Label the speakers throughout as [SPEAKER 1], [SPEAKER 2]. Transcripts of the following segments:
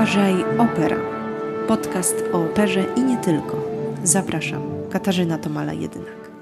[SPEAKER 1] Uważaj Opera. Podcast o operze i nie tylko. Zapraszam, Katarzyna Tomala-Jedynak.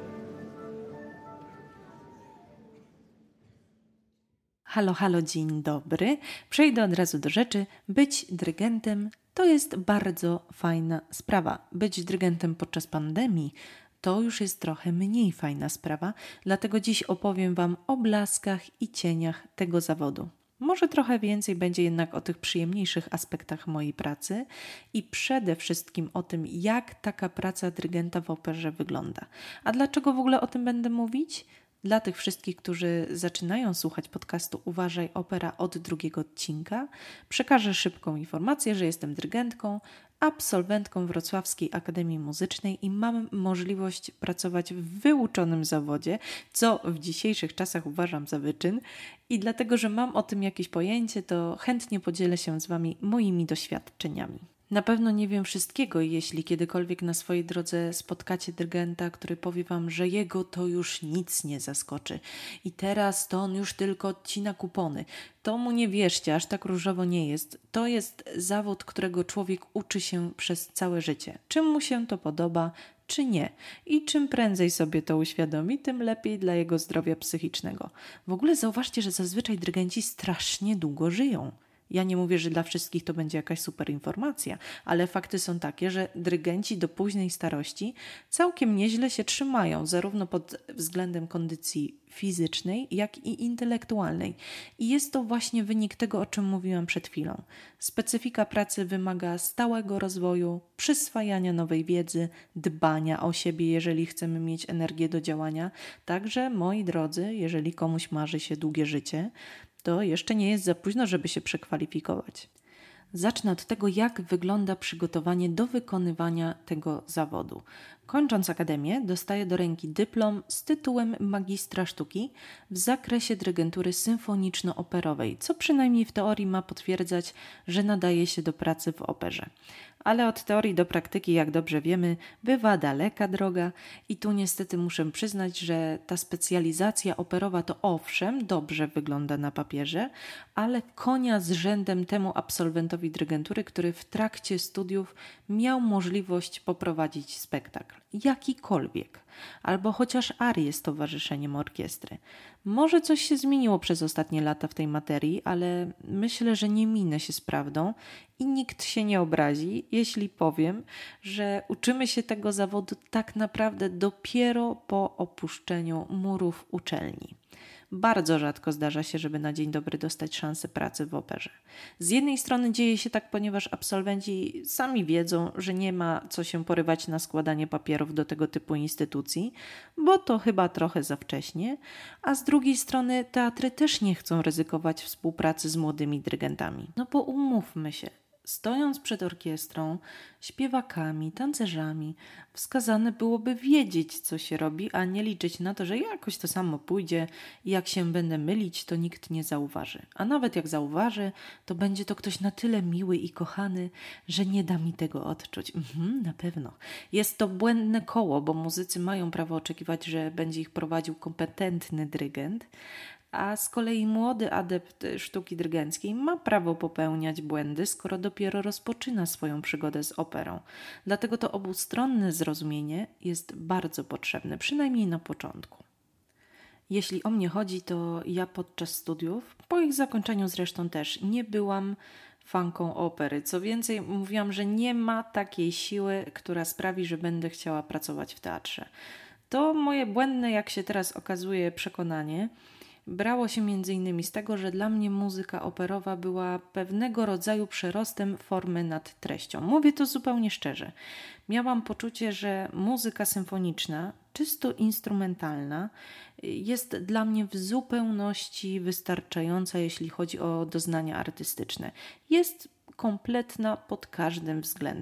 [SPEAKER 1] Halo, dzień dobry. Przejdę od razu do rzeczy. Być dyrygentem to jest bardzo fajna sprawa. Być dyrygentem podczas pandemii to już jest trochę mniej fajna sprawa, dlatego dziś opowiem Wam o blaskach i cieniach tego zawodu. Może trochę więcej będzie jednak o tych przyjemniejszych aspektach mojej pracy i przede wszystkim o tym, jak taka praca dyrygenta w operze wygląda. A dlaczego w ogóle o tym będę mówić? Dla tych wszystkich, którzy zaczynają słuchać podcastu Uważaj Opera od drugiego odcinka, przekażę szybką informację, że jestem dyrygentką, absolwentką Wrocławskiej Akademii Muzycznej i mam możliwość pracować w wyuczonym zawodzie, co w dzisiejszych czasach uważam za wyczyn. I dlatego, że mam o tym jakieś pojęcie, to chętnie podzielę się z Wami moimi doświadczeniami. Na pewno nie wiem wszystkiego, jeśli kiedykolwiek na swojej drodze spotkacie dyrygenta, który powie Wam, że jego to już nic nie zaskoczy i teraz to on już tylko odcina kupony. To mu nie wierzcie, aż tak różowo nie jest. To jest zawód, którego człowiek uczy się przez całe życie. Czym mu się to podoba, czy nie. I czym prędzej sobie to uświadomi, tym lepiej dla jego zdrowia psychicznego. W ogóle zauważcie, że zazwyczaj dyrygenci strasznie długo żyją. Ja nie mówię, że dla wszystkich to będzie jakaś super informacja, ale fakty są takie, że dyrygenci do późnej starości całkiem nieźle się trzymają, zarówno pod względem kondycji fizycznej, jak i intelektualnej. I jest to właśnie wynik tego, o czym mówiłam przed chwilą. Specyfika pracy wymaga stałego rozwoju, przyswajania nowej wiedzy, dbania o siebie, jeżeli chcemy mieć energię do działania. Także, moi drodzy, jeżeli komuś marzy się długie życie, to jeszcze nie jest za późno, żeby się przekwalifikować. Zacznę od tego, jak wygląda przygotowanie do wykonywania tego zawodu. Kończąc akademię, dostaję do ręki dyplom z tytułem magistra sztuki w zakresie dyrygentury symfoniczno-operowej, co przynajmniej w teorii ma potwierdzać, że nadaje się do pracy w operze. Ale od teorii do praktyki, jak dobrze wiemy, bywa daleka droga i tu niestety muszę przyznać, że ta specjalizacja operowa to owszem, dobrze wygląda na papierze, ale konia z rzędem temu absolwentowi dyrygentury, który w trakcie studiów miał możliwość poprowadzić spektakl, jakikolwiek, albo chociaż arię z towarzyszeniem orkiestry. Może coś się zmieniło przez ostatnie lata w tej materii, ale myślę, że nie minę się z prawdą i nikt się nie obrazi, jeśli powiem, że uczymy się tego zawodu tak naprawdę dopiero po opuszczeniu murów uczelni. Bardzo rzadko zdarza się, żeby na dzień dobry dostać szansę pracy w operze. Z jednej strony dzieje się tak, ponieważ absolwenci sami wiedzą, że nie ma co się porywać na składanie papierów do tego typu instytucji, bo to chyba trochę za wcześnie, a z drugiej strony teatry też nie chcą ryzykować współpracy z młodymi dyrygentami. No bo umówmy się, stojąc przed orkiestrą, śpiewakami, tancerzami, wskazane byłoby wiedzieć, co się robi, a nie liczyć na to, że jakoś to samo pójdzie i jak się będę mylić, to nikt nie zauważy. A nawet jak zauważy, to będzie to ktoś na tyle miły i kochany, że nie da mi tego odczuć. Na pewno. Jest to błędne koło, bo muzycy mają prawo oczekiwać, że będzie ich prowadził kompetentny dyrygent, a z kolei młody adept sztuki dyrygenckiej ma prawo popełniać błędy, skoro dopiero rozpoczyna swoją przygodę z operą. Dlatego to obustronne zrozumienie jest bardzo potrzebne, przynajmniej na początku. Jeśli o mnie chodzi, to ja podczas studiów, po ich zakończeniu zresztą też, nie byłam fanką opery. Co więcej, mówiłam, że nie ma takiej siły, która sprawi, że będę chciała pracować w teatrze. To moje błędne, jak się teraz okazuje, przekonanie brało się m.in. z tego, że dla mnie muzyka operowa była pewnego rodzaju przerostem formy nad treścią. Mówię to zupełnie szczerze. Miałam poczucie, że muzyka symfoniczna, czysto instrumentalna, jest dla mnie w zupełności wystarczająca, jeśli chodzi o doznania artystyczne. Jest kompletna pod każdym względem.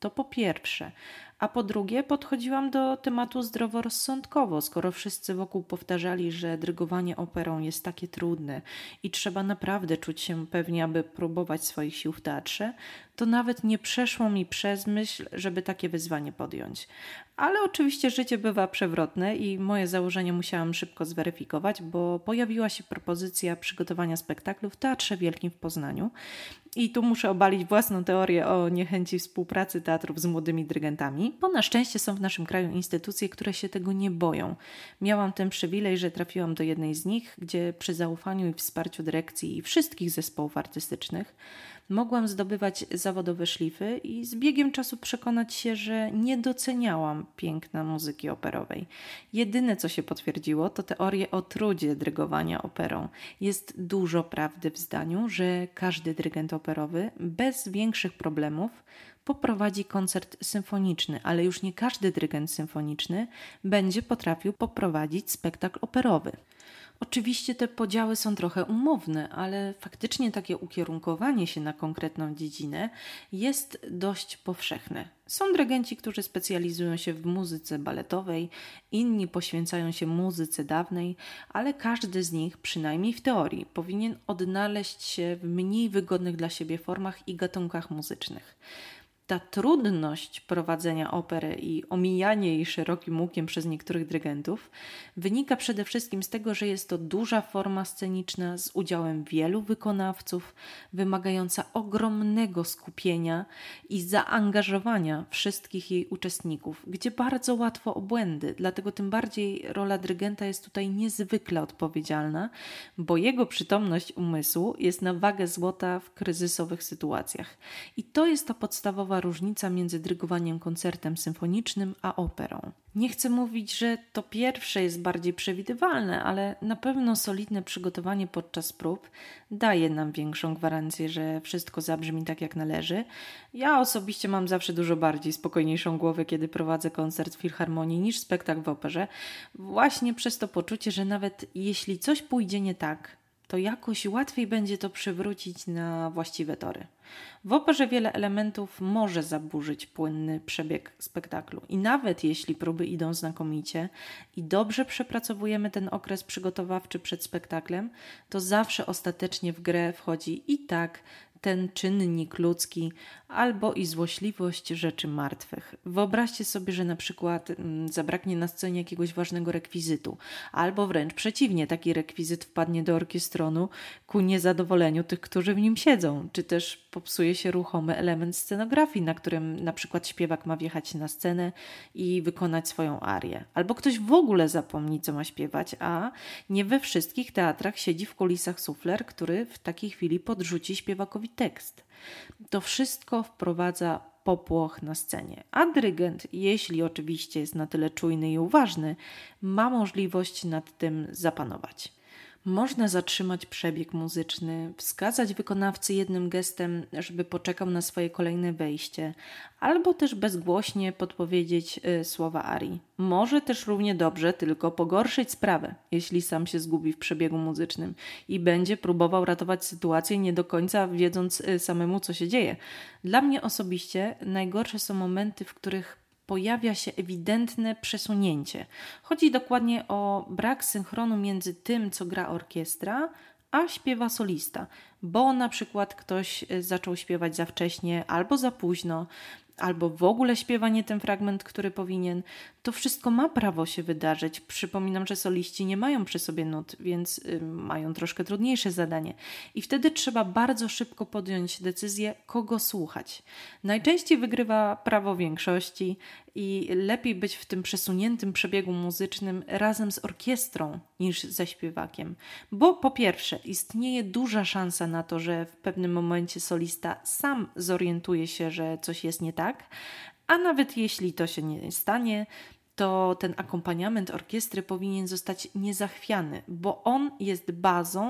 [SPEAKER 1] To po pierwsze. A po drugie podchodziłam do tematu zdroworozsądkowo, skoro wszyscy wokół powtarzali, że dyrygowanie operą jest takie trudne i trzeba naprawdę czuć się pewnie, aby próbować swoich sił w teatrze, to nawet nie przeszło mi przez myśl, żeby takie wyzwanie podjąć. Ale oczywiście życie bywa przewrotne i moje założenia musiałam szybko zweryfikować, bo pojawiła się propozycja przygotowania spektaklu w Teatrze Wielkim w Poznaniu. I tu muszę obalić własną teorię o niechęci współpracy teatrów z młodymi dyrygentami, bo na szczęście są w naszym kraju instytucje, które się tego nie boją. Miałam ten przywilej, że trafiłam do jednej z nich, gdzie przy zaufaniu i wsparciu dyrekcji i wszystkich zespołów artystycznych mogłam zdobywać zawodowe szlify i z biegiem czasu przekonać się, że nie doceniałam piękna muzyki operowej. Jedyne, co się potwierdziło, to teorie o trudzie dyrygowania operą. Jest dużo prawdy w zdaniu, że każdy dyrygent operowy bez większych problemów poprowadzi koncert symfoniczny, ale już nie każdy dyrygent symfoniczny będzie potrafił poprowadzić spektakl operowy. Oczywiście te podziały są trochę umowne, ale faktycznie takie ukierunkowanie się na konkretną dziedzinę jest dość powszechne. Są dyrygenci, którzy specjalizują się w muzyce baletowej, inni poświęcają się muzyce dawnej, ale każdy z nich, przynajmniej w teorii, powinien odnaleźć się w mniej wygodnych dla siebie formach i gatunkach muzycznych. Ta trudność prowadzenia opery i omijanie jej szerokim łukiem przez niektórych dyrygentów wynika przede wszystkim z tego, że jest to duża forma sceniczna z udziałem wielu wykonawców, wymagająca ogromnego skupienia i zaangażowania wszystkich jej uczestników, gdzie bardzo łatwo o błędy, dlatego tym bardziej rola dyrygenta jest tutaj niezwykle odpowiedzialna, bo jego przytomność umysłu jest na wagę złota w kryzysowych sytuacjach. I to jest ta podstawowa różnica między dyrygowaniem koncertem symfonicznym a operą. Nie chcę mówić, że to pierwsze jest bardziej przewidywalne, ale na pewno solidne przygotowanie podczas prób daje nam większą gwarancję, że wszystko zabrzmi tak jak należy. Ja osobiście mam zawsze dużo bardziej spokojniejszą głowę, kiedy prowadzę koncert w filharmonii niż spektakl w operze, właśnie przez to poczucie, że nawet jeśli coś pójdzie nie tak, to jakoś łatwiej będzie to przywrócić na właściwe tory. W operze wiele elementów może zaburzyć płynny przebieg spektaklu i nawet jeśli próby idą znakomicie i dobrze przepracowujemy ten okres przygotowawczy przed spektaklem, to zawsze ostatecznie w grę wchodzi i tak ten czynnik ludzki albo i złośliwość rzeczy martwych. Wyobraźcie sobie, że na przykład zabraknie na scenie jakiegoś ważnego rekwizytu, albo wręcz przeciwnie, taki rekwizyt wpadnie do orkiestronu ku niezadowoleniu tych, którzy w nim siedzą, czy też popsuje się ruchomy element scenografii, na którym na przykład śpiewak ma wjechać na scenę i wykonać swoją arię. Albo ktoś w ogóle zapomni, co ma śpiewać, a nie we wszystkich teatrach siedzi w kulisach sufler, który w takiej chwili podrzuci śpiewakowi tekst. To wszystko wprowadza popłoch na scenie, a dyrygent, jeśli oczywiście jest na tyle czujny i uważny, ma możliwość nad tym zapanować. Można zatrzymać przebieg muzyczny, wskazać wykonawcy jednym gestem, żeby poczekał na swoje kolejne wejście, albo też bezgłośnie podpowiedzieć słowa arii. Może też równie dobrze tylko pogorszyć sprawę, jeśli sam się zgubi w przebiegu muzycznym i będzie próbował ratować sytuację, nie do końca wiedząc samemu, co się dzieje. Dla mnie osobiście najgorsze są momenty, w których pojawia się ewidentne przesunięcie. Chodzi dokładnie o brak synchronu między tym, co gra orkiestra, a śpiewa solista, bo na przykład ktoś zaczął śpiewać za wcześnie albo za późno, albo w ogóle śpiewa nie ten fragment, który powinien. To wszystko ma prawo się wydarzyć. Przypominam, że soliści nie mają przy sobie nut, więc mają troszkę trudniejsze zadanie. I wtedy trzeba bardzo szybko podjąć decyzję, kogo słuchać. Najczęściej wygrywa prawo większości i lepiej być w tym przesuniętym przebiegu muzycznym razem z orkiestrą niż ze śpiewakiem. Bo po pierwsze istnieje duża szansa na to, że w pewnym momencie solista sam zorientuje się, że coś jest nie tak, a nawet jeśli to się nie stanie, to ten akompaniament orkiestry powinien zostać niezachwiany, bo on jest bazą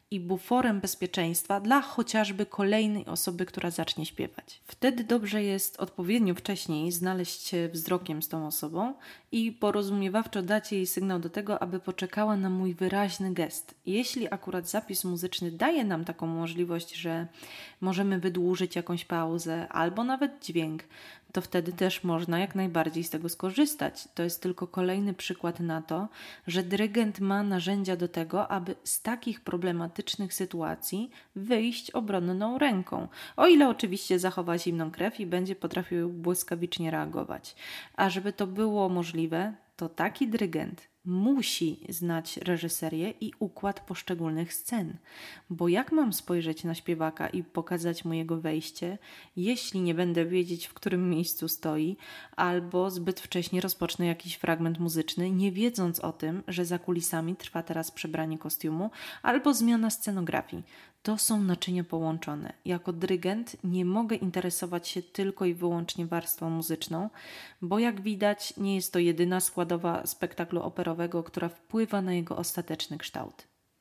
[SPEAKER 1] i buforem bezpieczeństwa dla chociażby kolejnej osoby, która zacznie śpiewać. Wtedy dobrze jest odpowiednio wcześniej znaleźć się wzrokiem z tą osobą i porozumiewawczo dać jej sygnał do tego, aby poczekała na mój wyraźny gest. Jeśli akurat zapis muzyczny daje nam taką możliwość, że możemy wydłużyć jakąś pauzę albo nawet dźwięk, to wtedy też można jak najbardziej z tego skorzystać. To jest tylko kolejny przykład na to, że dyrygent ma narzędzia do tego, aby z takich problematycznych sytuacji wyjść obronną ręką. O ile oczywiście zachowa zimną krew i będzie potrafił błyskawicznie reagować. A żeby to było możliwe, to taki dyrygent musi znać reżyserię i układ poszczególnych scen. Bo jak mam spojrzeć na śpiewaka i pokazać mu jego wejście, jeśli nie będę wiedzieć, w którym miejscu stoi, albo zbyt wcześnie rozpocznę jakiś fragment muzyczny, nie wiedząc o tym, że za kulisami trwa teraz przebranie kostiumu albo zmiana scenografii. To są naczynia połączone. Jako dyrygent nie mogę interesować się tylko i wyłącznie warstwą muzyczną, bo jak widać nie jest to jedyna składowa spektaklu operowego, która wpływa na jego ostateczny kształt.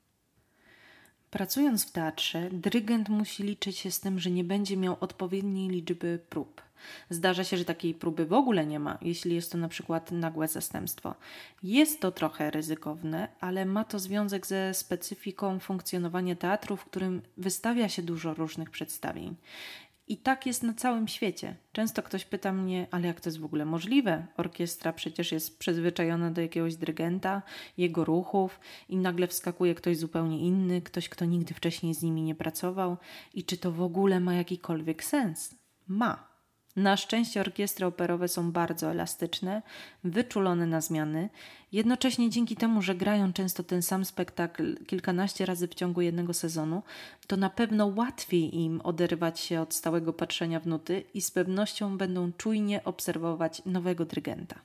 [SPEAKER 1] Pracując w teatrze, dyrygent musi liczyć się z tym, że nie będzie miał odpowiedniej liczby prób. Zdarza się, że takiej próby w ogóle nie ma, jeśli jest to na przykład nagłe zastępstwo. Jest to trochę ryzykowne, ale ma to związek ze specyfiką funkcjonowania teatru, w którym wystawia się dużo różnych przedstawień. I tak jest na całym świecie. Często ktoś pyta mnie, ale jak to jest w ogóle możliwe? Orkiestra przecież jest przyzwyczajona do jakiegoś dyrygenta, jego ruchów i nagle wskakuje ktoś zupełnie inny, ktoś, kto nigdy wcześniej z nimi nie pracował. I czy to w ogóle ma jakikolwiek sens? Ma. Na szczęście orkiestry operowe są bardzo elastyczne, wyczulone na zmiany. Jednocześnie dzięki temu, że grają często ten sam spektakl kilkanaście razy w ciągu jednego sezonu, to na pewno łatwiej im oderwać się od stałego patrzenia w nuty i z pewnością będą czujnie obserwować nowego dyrygenta.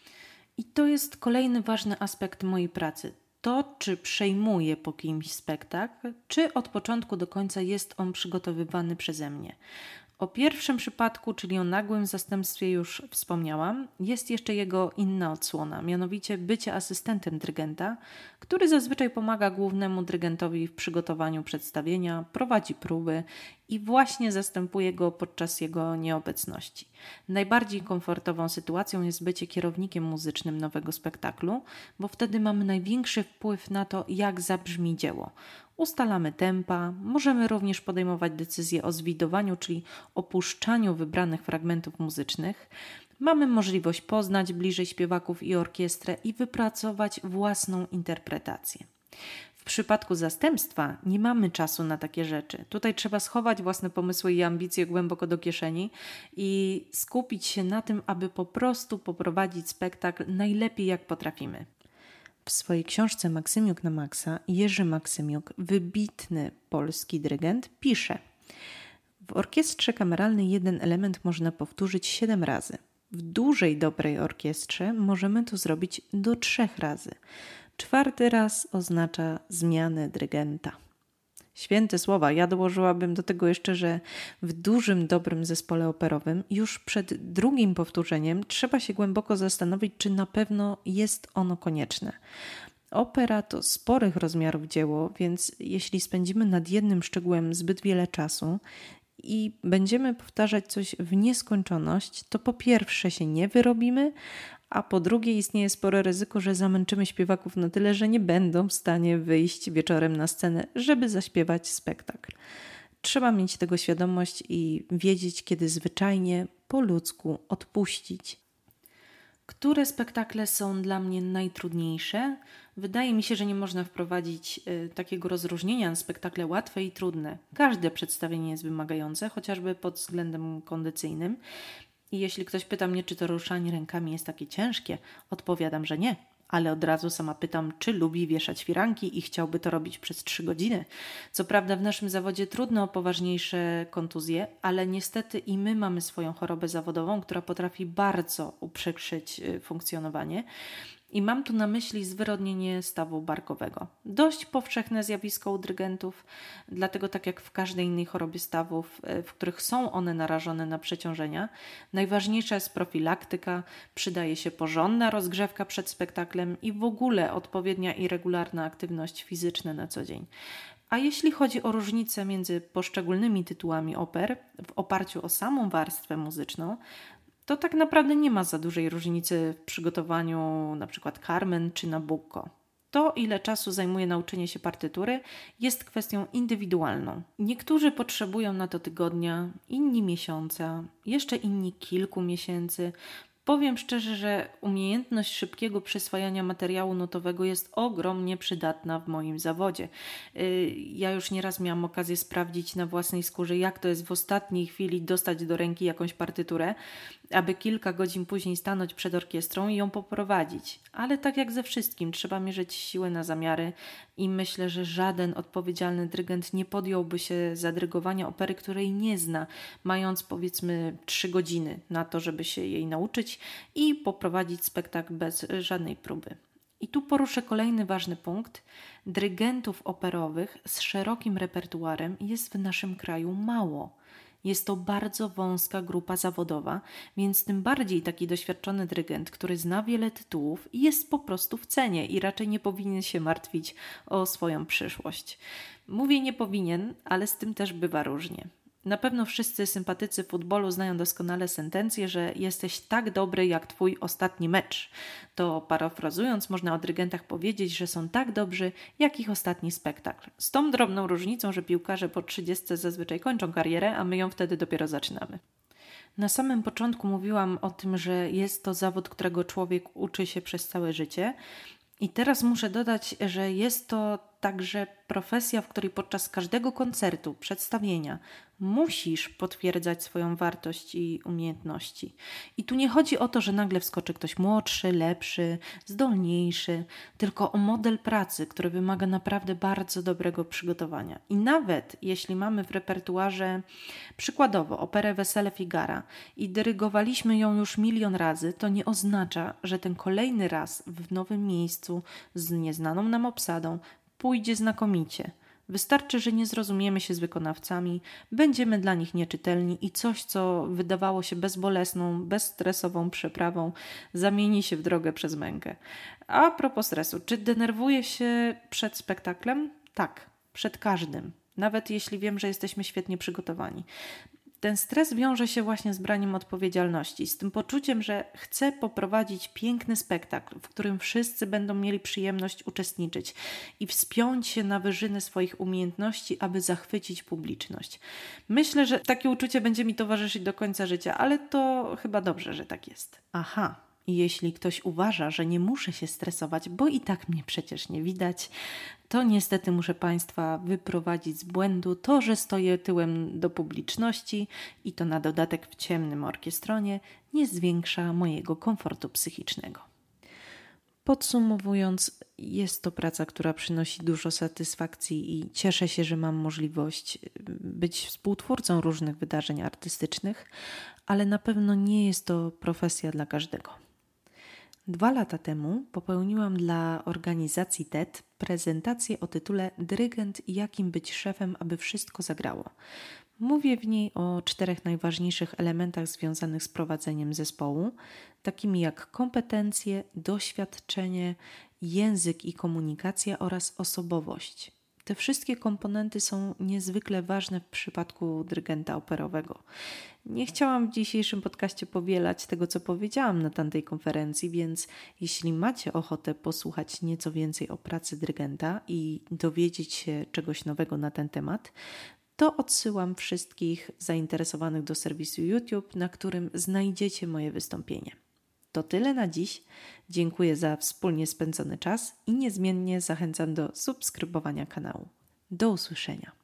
[SPEAKER 1] I to jest kolejny ważny aspekt mojej pracy. To, czy przejmuję po kimś spektakl, czy od początku do końca jest on przygotowywany przeze mnie. O pierwszym przypadku, czyli o nagłym zastępstwie już wspomniałam. Jest jeszcze jego inna odsłona, mianowicie bycie asystentem dyrygenta, który zazwyczaj pomaga głównemu dyrygentowi w przygotowaniu przedstawienia, prowadzi próby i właśnie zastępuje go podczas jego nieobecności. Najbardziej komfortową sytuacją jest bycie kierownikiem muzycznym nowego spektaklu, bo wtedy mamy największy wpływ na to, jak zabrzmi dzieło. Ustalamy tempa, możemy również podejmować decyzje o zwidowaniu, czyli opuszczaniu wybranych fragmentów muzycznych. Mamy możliwość poznać bliżej śpiewaków i orkiestrę i wypracować własną interpretację. W przypadku zastępstwa nie mamy czasu na takie rzeczy. Tutaj trzeba schować własne pomysły i ambicje głęboko do kieszeni i skupić się na tym, aby po prostu poprowadzić spektakl najlepiej jak potrafimy. W swojej książce Maksymiuk na maksa Jerzy Maksymiuk, wybitny polski dyrygent, pisze: w orkiestrze kameralnej jeden element można powtórzyć 7 razy. W dużej, dobrej orkiestrze możemy to zrobić do 3 razy. 4. raz oznacza zmianę dyrygenta. Święte słowa. Ja dołożyłabym do tego jeszcze, że w dużym, dobrym zespole operowym już przed drugim powtórzeniem trzeba się głęboko zastanowić, czy na pewno jest ono konieczne. Opera to sporych rozmiarów dzieło, więc jeśli spędzimy nad jednym szczegółem zbyt wiele czasu i będziemy powtarzać coś w nieskończoność, to po pierwsze się nie wyrobimy, a po drugie istnieje spore ryzyko, że zamęczymy śpiewaków na tyle, że nie będą w stanie wyjść wieczorem na scenę, żeby zaśpiewać spektakl. Trzeba mieć tego świadomość i wiedzieć, kiedy zwyczajnie, po ludzku odpuścić. Które spektakle są dla mnie najtrudniejsze? Wydaje mi się, że nie można wprowadzić takiego rozróżnienia na spektakle łatwe i trudne. Każde przedstawienie jest wymagające, chociażby pod względem kondycyjnym. I jeśli ktoś pyta mnie, czy to ruszanie rękami jest takie ciężkie, odpowiadam, że nie. Ale od razu sama pytam, czy lubi wieszać firanki i chciałby to robić przez 3 godziny. Co prawda w naszym zawodzie trudno o poważniejsze kontuzje, ale niestety i my mamy swoją chorobę zawodową, która potrafi bardzo uprzykrzyć funkcjonowanie. I mam tu na myśli zwyrodnienie stawu barkowego. Dość powszechne zjawisko u dyrygentów, dlatego tak jak w każdej innej chorobie stawów, w których są one narażone na przeciążenia, najważniejsza jest profilaktyka, przydaje się porządna rozgrzewka przed spektaklem i w ogóle odpowiednia i regularna aktywność fizyczna na co dzień. A jeśli chodzi o różnice między poszczególnymi tytułami oper w oparciu o samą warstwę muzyczną, to tak naprawdę nie ma za dużej różnicy w przygotowaniu na przykład Carmen czy Nabucco. To, ile czasu zajmuje nauczenie się partytury, jest kwestią indywidualną. Niektórzy potrzebują na to tygodnia, inni miesiąca, jeszcze inni kilku miesięcy. Powiem szczerze, że umiejętność szybkiego przyswajania materiału notowego jest ogromnie przydatna w moim zawodzie. Ja już nieraz miałam okazję sprawdzić na własnej skórze, jak to jest w ostatniej chwili dostać do ręki jakąś partyturę, aby kilka godzin później stanąć przed orkiestrą i ją poprowadzić. Ale tak jak ze wszystkim, trzeba mierzyć siłę na zamiary i myślę, że żaden odpowiedzialny dyrygent nie podjąłby się zadyrygowania opery, której nie zna, mając powiedzmy 3 godziny na to, żeby się jej nauczyć i poprowadzić spektakl bez żadnej próby. I tu poruszę kolejny ważny punkt. Dyrygentów operowych z szerokim repertuarem jest w naszym kraju mało. Jest to bardzo wąska grupa zawodowa, więc tym bardziej taki doświadczony dyrygent, który zna wiele tytułów, jest po prostu w cenie i raczej nie powinien się martwić o swoją przyszłość. Mówię nie powinien, ale z tym też bywa różnie. Na pewno wszyscy sympatycy futbolu znają doskonale sentencję, że jesteś tak dobry jak twój ostatni mecz. To parafrazując, można o dyrygentach powiedzieć, że są tak dobrzy jak ich ostatni spektakl. Z tą drobną różnicą, że piłkarze po 30 zazwyczaj kończą karierę, a my ją wtedy dopiero zaczynamy. Na samym początku mówiłam o tym, że jest to zawód, którego człowiek uczy się przez całe życie. I teraz muszę dodać, że jest to także profesja, w której podczas każdego koncertu, przedstawienia musisz potwierdzać swoją wartość i umiejętności. I tu nie chodzi o to, że nagle wskoczy ktoś młodszy, lepszy, zdolniejszy, tylko o model pracy, który wymaga naprawdę bardzo dobrego przygotowania. I nawet jeśli mamy w repertuarze przykładowo operę Wesele Figara i dyrygowaliśmy ją już 1 000 000 razy, to nie oznacza, że ten kolejny raz w nowym miejscu z nieznaną nam obsadą pójdzie znakomicie. Wystarczy, że nie zrozumiemy się z wykonawcami, będziemy dla nich nieczytelni i coś, co wydawało się bezbolesną, bezstresową przeprawą, zamieni się w drogę przez mękę. A propos stresu, czy denerwuję się przed spektaklem? Tak, przed każdym. Nawet jeśli wiem, że jesteśmy świetnie przygotowani. Ten stres wiąże się właśnie z braniem odpowiedzialności, z tym poczuciem, że chcę poprowadzić piękny spektakl, w którym wszyscy będą mieli przyjemność uczestniczyć i wspiąć się na wyżyny swoich umiejętności, aby zachwycić publiczność. Myślę, że takie uczucie będzie mi towarzyszyć do końca życia, ale to chyba dobrze, że tak jest. Aha. I jeśli ktoś uważa, że nie muszę się stresować, bo i tak mnie przecież nie widać, to niestety muszę Państwa wyprowadzić z błędu. To, że stoję tyłem do publiczności i to na dodatek w ciemnym orkiestronie, nie zwiększa mojego komfortu psychicznego. Podsumowując, jest to praca, która przynosi dużo satysfakcji i cieszę się, że mam możliwość być współtwórcą różnych wydarzeń artystycznych, ale na pewno nie jest to profesja dla każdego. 2 lata temu popełniłam dla organizacji TED prezentację o tytule Dyrygent, jakim być szefem, aby wszystko zagrało. Mówię w niej o 4 najważniejszych elementach związanych z prowadzeniem zespołu, takimi jak kompetencje, doświadczenie, język i komunikacja oraz osobowość. Te wszystkie komponenty są niezwykle ważne w przypadku dyrygenta operowego. Nie chciałam w dzisiejszym podcaście powielać tego, co powiedziałam na tamtej konferencji, więc jeśli macie ochotę posłuchać nieco więcej o pracy dyrygenta i dowiedzieć się czegoś nowego na ten temat, to odsyłam wszystkich zainteresowanych do serwisu YouTube, na którym znajdziecie moje wystąpienie. To tyle na dziś. Dziękuję za wspólnie spędzony czas i niezmiennie zachęcam do subskrybowania kanału. Do usłyszenia.